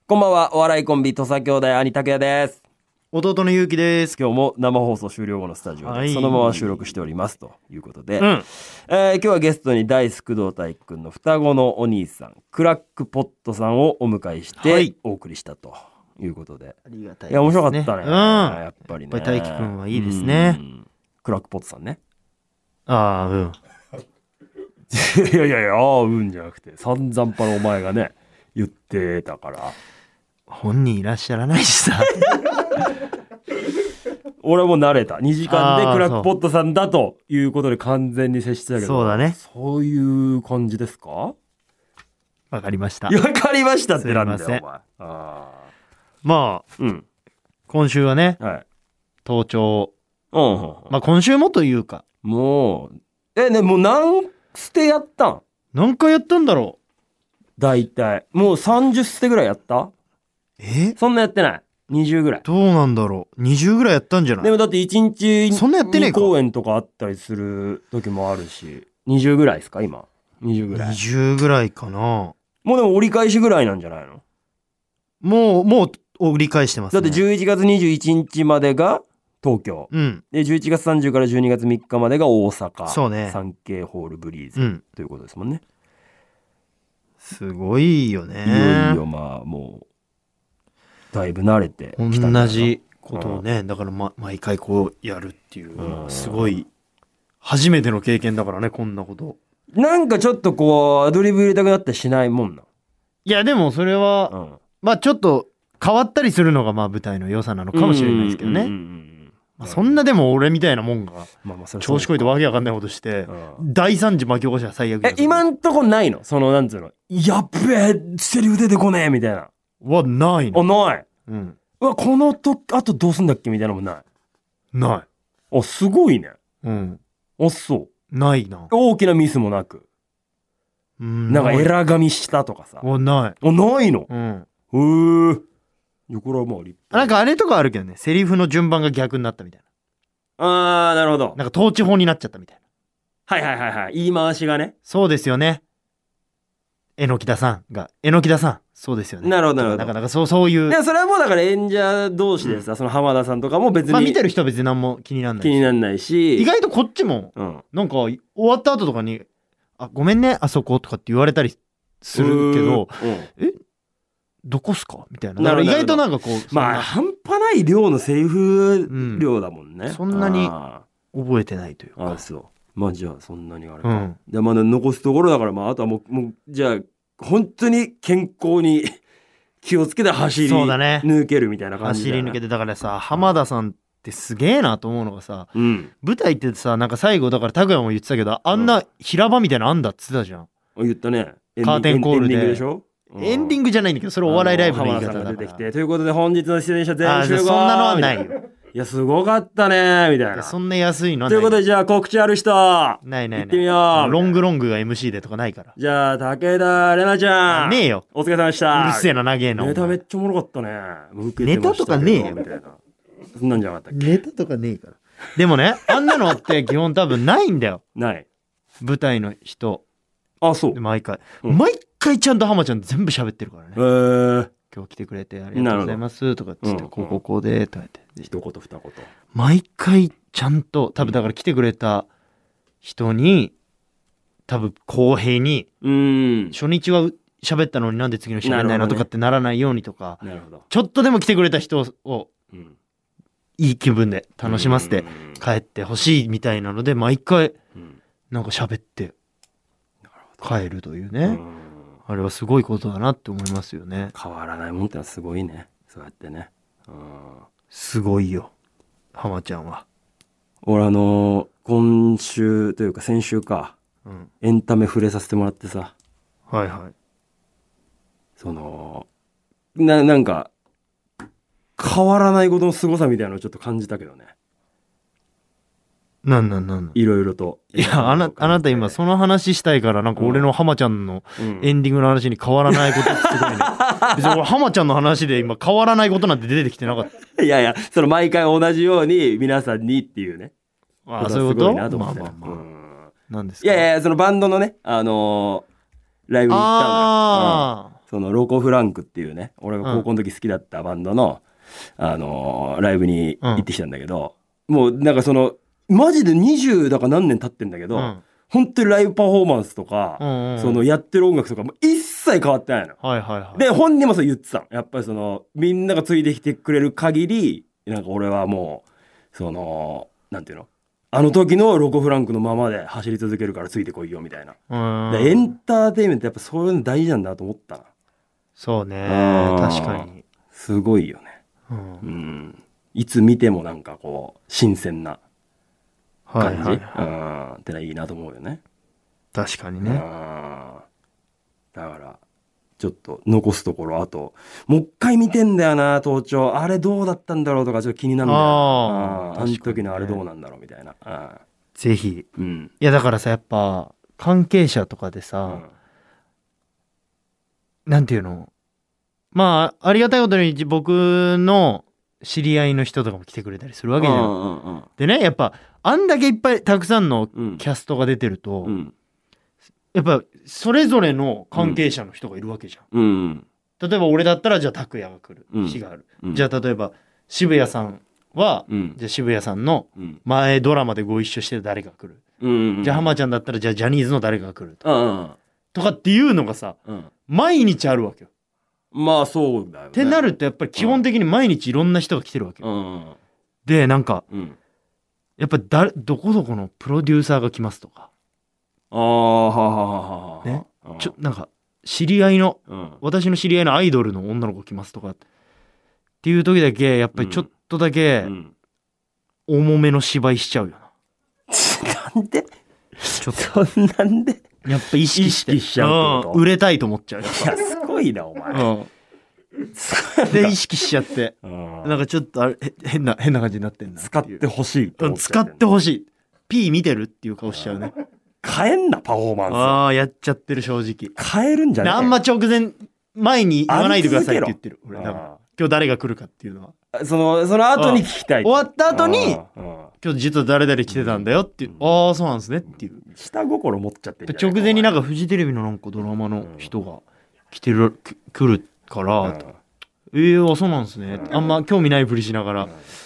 こんばんは、お笑いコンビ土佐兄弟兄拓也です。 弟のゆうきです。 今日も生放送終了後のスタジオでそのまま収録しておりますということで、今日はゲストに大工藤体育くんの双子のお兄さんクラックポットさんをお迎えしてお送りしたということで、 ありがたいですね。 いや面白かったね、やっぱりね。 体育くんはいいですね。 クラックポットさんね。 ああ、 いやいやいや、じゃなくて散々パのお前がね言ってたから。 本人いらっしゃらないしさ。 俺も慣れた。2時間でクラックポットさんだということで完全に接してたけど。 そうだね。 そういう感じですか？ わかりました。 わかりましたってなんだよ、お前。 まあ、今週はね、登頂。まあ今週もというか。 もう、もう何ステやったん？ 何回やったんだろう？大体。もう30ステぐらいやった？そんなやってない。20ぐらい。 どうなんだろう。20ぐらいやったんじゃない？ でもだって1日そんなやってねえか。 2公演とかあったりする時もあるし、20ぐらいですか今。20ぐらい。 20ぐらいかな。 もうでも折り返しぐらいなんじゃないの？もう折り返してますね。 だって11月21日までが東京。で、11月30から12月3日までが大阪。 そうね。 サンケイホールブリーズ、ということですもんね。 すごいよね。 いよいよまあもう。だいぶ慣れてきた。 同じことをね、だから、毎回こうやるっていう、すごい初めての経験だからね、こんなこと。 なんかちょっとこうアドリブ入れたくなってしないもんな。 いやでもそれは、まあちょっと変わったりするのがまあ舞台の良さなのかもしれないですけどね。そんなでも俺みたいなもんが調子こいてわけわかんないことして大惨事巻き起こしは最悪。 今んとこないの？そのなんつうの、やっべえセリフ出てこねえみたいな。 はないの。 ない。このあとどうすんだっけみたいなのもない。 ない。 すごいね。そう。ないな。大きなミスもなく。なんかエラ噛みしたとかさ。ない。ないの。これはもう立派。 なんかあれとかあるけどね。セリフの順番が逆になったみたいな。なるほど。 なんか統治法になっちゃったみたいな。はい。言い回しがね。 そうですよね。榎田さん。そうですよね。 なるほど。 なかなかそういう。 いや、それはもうだから演者同士でさ、その浜田さんとかも別に。 まあ見てる人は別に何も気にならないし。意外とこっちも、なんか終わった後とかに、ごめんね、あそことかって言われたりするけど、どこっすかみたいな。だから意外となんかこう。 まあ、半端ない量のセリフ量だもんね。 そんなに覚えてないというか。 そう。まあじゃあそんなにあれか。で、まだ残すところだから、まああとはもう、じゃあ、本当に健康に気をつけて走り抜けるみたいな感じだ、ね。 走り抜けて、だからさ、浜田さんってすげえなと思うのがさ、舞台ってさ、なんか最後だから拓也も言ってたけど、あんな平場みたいなのあんだって言ってたじゃん。 言ったね。 カーテンコールで。 エンディングでしょ？ エンディングじゃないんだけど、それお笑いライブの言い方だから。 浜田さんが出てきて、ということで本日の出演者全員集合。 そんなのはないよ。 いや、すごかったねみたいな。 そんな安いのということで、じゃあ告知ある人。 ない。 行ってみよう。 ロングが MC でとかないから。 じゃあ、武田玲奈ちゃん。 ねえよ。 お疲れ様でした。 うるせえな、長えな。 ネタめっちゃおもろかったね。 ネタとかねえよ。 みたいな。そんなんじゃなかったっけ？ ネタとかねえから。でもね、あんなのって基本多分ないんだよ。 ない。 舞台の人。 そう。 毎回ちゃんと浜ちゃん全部喋ってるからね。今日来てくれてありがとうございますとかつって、こうでとか言って。 一言二言。 毎回ちゃんと、多分だから来てくれた人に、多分公平に、初日は喋ったのになんで次の喋んないのとかってならないようにとか、ちょっとでも来てくれた人を、いい気分で楽しませて帰ってほしいみたいなので、毎回、なんか喋って帰るというね。あれはすごいことだなって思いますよね。 変わらないもんってのはすごいね。そうやってね。 すごいよ。浜ちゃんは。 俺今週というか先週か、エンタメ触れさせてもらってさ。なんか、変わらないことの凄さみたいなのをちょっと感じたけどね。いろいろと。 いや、あなた今その話したいから、なんか俺の浜ちゃんのエンディングの話に変わらないことってすごいね。別に俺浜ちゃんの話で今変わらないことなんて出てきてなかった。 いやいや、毎回同じように皆さんにっていうね。 そういうこと？ 何ですか？いや、そのバンドのね、ライブに行ったのよ。 そのロコ・フランクっていうね、俺が高校の時好きだったバンドの、ライブに行ってきたんだけど、もうなんかそのマジで20だか何年経ってんだけど、本当にライブパフォーマンスとか、そのやってる音楽とかも一切変わってないの。で本人もそう言ってたの。やっぱりそのみんながついてきてくれる限り、なんか俺はもうそのなんていうの、あの時のロコ・フランクのままで走り続けるからついてこいよみたいな。でエンターテインメントやっぱそういうの大事なんだと思ったな。 そうね、確かにすごいよね。いつ見てもなんかこう新鮮な感じ、ってのはいいなと思うよね。 確かにね。 だからちょっと残すところあともう一回見てんだよな、盗聴あれどうだったんだろうとかちょっと気になるんだよ。あの時のあれどうなんだろうみたいな。 ぜひ、いやだからさ、やっぱ関係者とかでさ、なんていうの、まあありがたいことに僕の知り合いの人とかも来てくれたりするわけじゃん。でね、やっぱあんだけいっぱいたくさんのキャストが出てると、やっぱそれぞれの関係者の人がいるわけじゃん。例えば俺だったらじゃあ拓也が来る日がある。じゃあ例えば渋谷さんは、じゃあ渋谷さんの前ドラマでご一緒してる誰が来る。じゃあ浜ちゃんだったらじゃあジャニーズの誰が来るとかっていうのがさ、毎日あるわけよ。 まあそうだよね。 ってなるとやっぱり基本的に毎日いろんな人が来てるわけよ。でなんか、やっぱどこどこのプロデューサーが来ますとか、ね、なんか知り合いの、私の知り合いのアイドルの女の子来ますとかっていう時だけやっぱりちょっとだけ重めの芝居しちゃうよな。なんで？ちょっとなんで？ やっぱ意識しちゃうと売れたいと思っちゃう。いやすごいなお前。 で意識しちゃってなんかちょっとあれ変な感じになってんな。 使ってほしい。 使ってほしい。P 見てるっていう顔しちゃうね。 変えんなパフォーマンス。 やっちゃってる正直。 変えるんじゃない。 あんま前に言わないでくださいって言ってる。俺今日誰が来るかっていうのは。 その後に聞きたい。 終わった後に今日実は誰々来てたんだよっていう。そうなんですねっていう。 下心持っちゃってる。 直前になんかフジテレビのなんかドラマの人が来るからそうなんですね。あんま興味ないふりしながら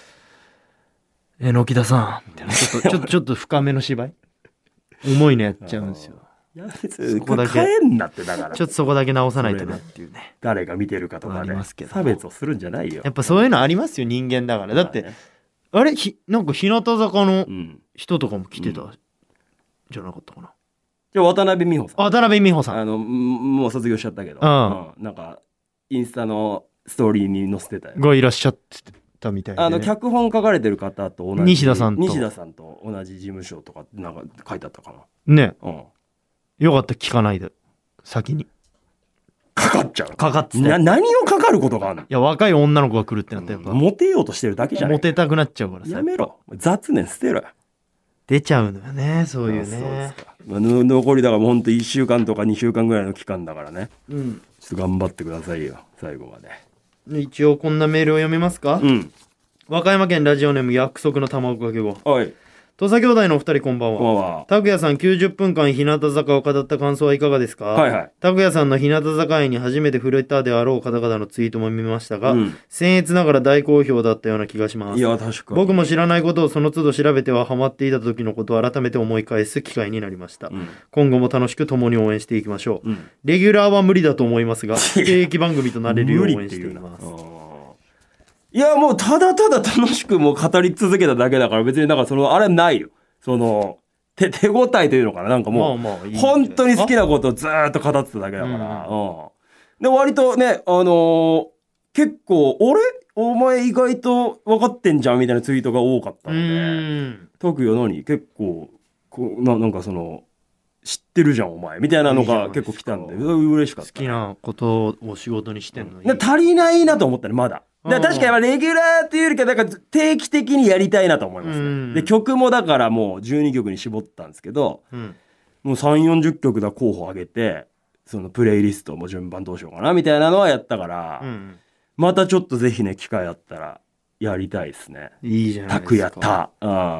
野木田さんみたいなちょっと深めの芝居重いのやっちゃうんですよ。 いや別に変えんなって。だからちょっとそこだけ直さないとなっていうね。 誰が見てるかとかね、差別をするんじゃないよ。 やっぱそういうのありますよ、人間だから。だってあれなんか日向坂の人とかも来てたじゃなかったかな。 じゃあ渡辺美穂さん。 渡辺美穂さんもう卒業しちゃったけど、なんかインスタのストーリーに載せてたよ。 がいらっしゃってたみたいで、ね、 脚本書かれてる方と同じ西田さんと同じ事務所とかなんか書いてあったかなね。よかった、聞かないで先にかかっちゃう。 かかって何をかかることがあるの。いや若い女の子が来るってなったらやっぱ、 モテようとしてるだけじゃない。 モテたくなっちゃうからさ。 やめろ、雑念捨てろ。 出ちゃうのよね、そういうね。そうですか。残りだからもうほんと1週間とか2週間ぐらいの期間だからね、ちょっと頑張ってくださいよ最後まで。 一応こんなメールを読めますか。和歌山県ラジオネーム約束の卵かけご。土佐兄弟のお二人こんばんは。拓也さん90分間日向坂を語った感想はいかがですか。拓也さんの日向坂愛に初めて触れたであろう方々のツイートも見ましたが、僭越ながら大好評だったような気がします。 いや確かに僕も知らないことをその都度調べてはハマっていた時のことを改めて思い返す機会になりました。今後も楽しく共に応援していきましょう。レギュラーは無理だと思いますが定期番組となれるよう応援しています。 いやもうただただ楽しくもう語り続けただけだから、別になんかそのあれないよ、その手応えというのかな、なんかもう本当に好きなことをずーっと語ってただけだから、で割とね結構お前意外と分かってんじゃんみたいなツイートが多かったので、特よ何結構なんかその知ってるじゃんお前みたいなのが結構来たんで嬉しかった。 好きなことを仕事にしてんのに、 足りないなと思ったねまだ。確かにレギュラーっていうよりか、だから定期的にやりたいなと思いますね。で曲もだからもう12曲に絞ったんですけど、もう3、40曲だ候補上げて、そのプレイリストも順番どうしようかなみたいなのはやったから、またちょっとぜひね機会あったらやりたいですね。 いいじゃないですか。 拓也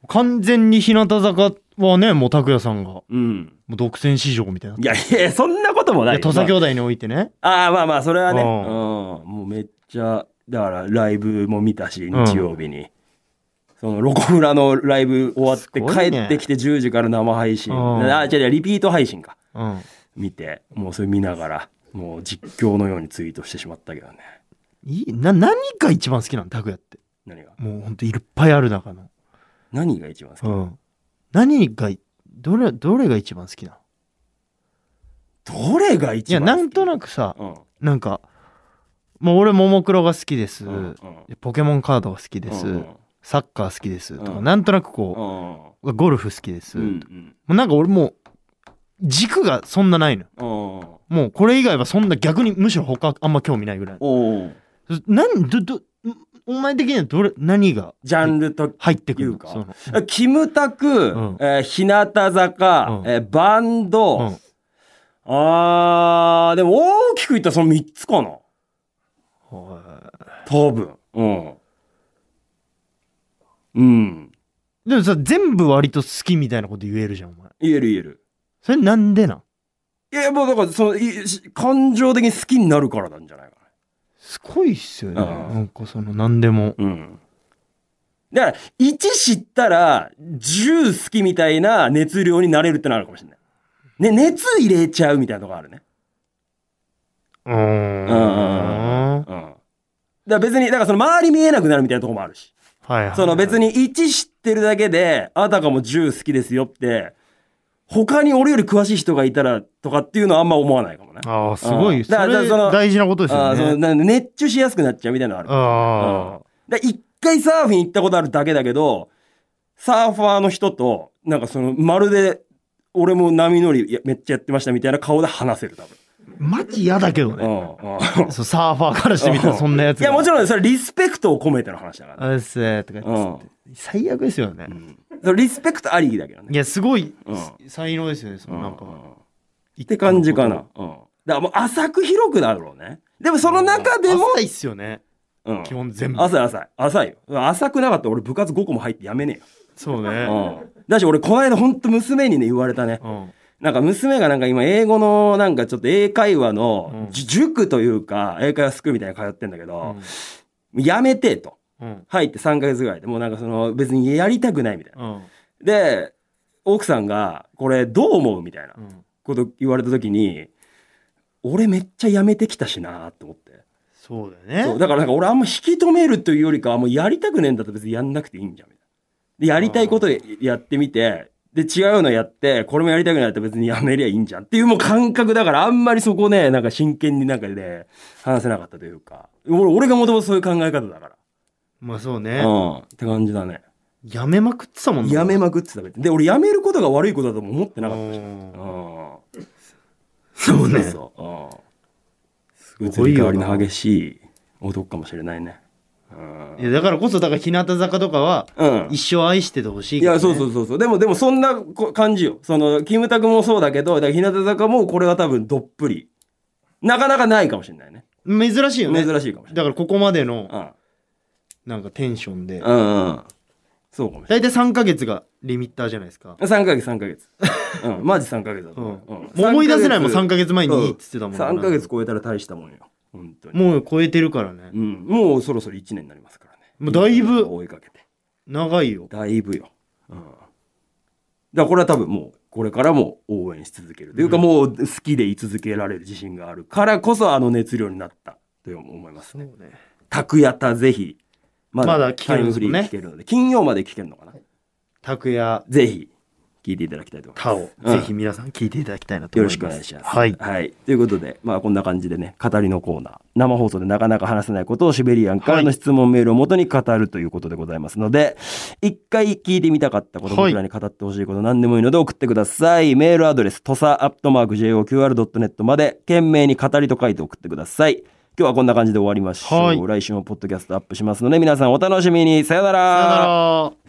完全に日向坂はね、もう拓哉さんが、 うん、 もう独占市場みたいな。 いやいや、そんなこともない。 土佐兄弟においてね。 ああ、まあまあ、それはね。もうめっちゃ、だからライブも見たし、日曜日に。そのロコフラのライブ終わって帰ってきて10時から生配信。違う、リピート配信か。見て、もうそれ見ながら、もう実況のようにツイートしてしまったけどね。 何が一番好きなの拓哉って。 何が？ もうほんといっぱいある中の。 何が一番好きなの？ どれが一番好きなの？どれが一番好き？いや、 なんとなくさ、なんか、もう俺ももクロが好きです、ポケモンカードが好きです、サッカー好きですとか、なんとなくこう、ゴルフ好きです、なんか俺もう軸がそんなないの。もうこれ以外はそんな、逆にむしろ他あんま興味ないぐらい。お前的には何がジャンルと入ってくるか。 キムタク、日向坂、バンド、でも大きく言ったらその3つかな。多分。でもさ、全部割と好きみたいなこと言えるじゃん、お前。 言える。 それなんでなん？ いや、もうだから感情的に好きになるからなんじゃないかな。 すごいっすよね。なんか何でも。 だから、1知ったら、10好きみたいな熱量になれるってのあるかもしれない。ね、熱入れちゃうみたいなとこあるね。だから別に、だから周り見えなくなるみたいなとこもあるし。別に1知ってるだけで、あたかも10好きですよって、他に俺より詳しい人がいたらとかっていうのはあんま思わないかもね。 すごい。だから大事なことですよね。 熱中しやすくなっちゃうみたいなのある。一回サーフィン行ったことあるだけだけど、サーファーの人と、なんかまるで、俺も波乗りめっちゃやってましたみたいな顔で話せる、多分。 マジ嫌だけどね。サーファーからしてみたらそんなやつ。 いや、もちろんそれリスペクトを込めての話だから。 最悪ですよね。 リスペクトありだけどね。 いや、すごい才能ですよね、なんか。 って感じかな。だからもう浅く広くだろうね。でもその中でも。 浅いっすよね。基本全部。 浅いよ。浅くなかったら俺部活5個も入ってやめねえよ。 そうね。 だし俺この間ほんと娘にね言われたね。なんか娘がなんか今英語のなんかちょっと英会話の塾というか英会話スクールみたいなの通ってんだけど、やめてと。入って3ヶ月ぐらいでもうなんか別にやりたくないみたいな。で、奥さんがこれどう思うみたいなこと言われた時に、俺めっちゃやめてきたしなと思って。 そうだよね。 だからなんか俺あんま引き止めるというよりかはもうやりたくねえんだったら別にやんなくていいんじゃんみたいな。で、やりたいことやってみて、で、違うのやって、これもやりたくないと別にやめりゃいいんじゃんっていうもう感覚だから、あんまりそこね、なんか真剣になんかで話せなかったというか、俺がもともとそういう考え方だから。 まあそうね。 って感じだね。 やめまくってたもんね。 やめまくってた。で、俺やめることが悪いことだとも思ってなかったし。 そうね。 すごい移り変わりの激しい男かもしれないね。 いやだからこそ日向坂とかは一生愛しててほしい、 いやそうでもそんな感じよ。キムタクもそうだけど、だから日向坂もこれは多分どっぷりなかなかないかもしれないね。 珍しいよね。 珍しいかもしれない。 だからここまでのなんかテンションで、 そうかもしれない。 大体3ヶ月がリミッターじゃないですか。 3ヶ月マジ3ヶ月だともう思い出せないもん。3ヶ月前にいいって言ってたもん。 3ヶ月超えたら大したもんよ。本当にもう超えてるからね。 もうそろそろ1年になりますからね。 もうだいぶ追いかけて長いよ。 だいぶよ。だからこれは多分もうこれからも応援し続けるというか、もう好きでい続けられる自信があるからこそ熱量になったと思いますね。拓哉たぜひまだタイムフリー聞けるので、金曜まで聞けるのかな。 拓哉ぜひ聞いていただきたいと思います。 他をぜひ皆さん聞いていただきたいなと思います。 よろしくお願いします。はい。ということで、こんな感じでね、語りのコーナー、生放送でなかなか話せないことをシベリアンからの質問メールをもとに語るということでございますので、一回聞いてみたかったこと、僕らに語ってほしいこと何でもいいので送ってください。メールアドレス、とさ@joqr.net まで、懸命に語りと書いて送ってください。今日はこんな感じで終わりましょう。来週もポッドキャストアップしますので、皆さんお楽しみに。さよなら。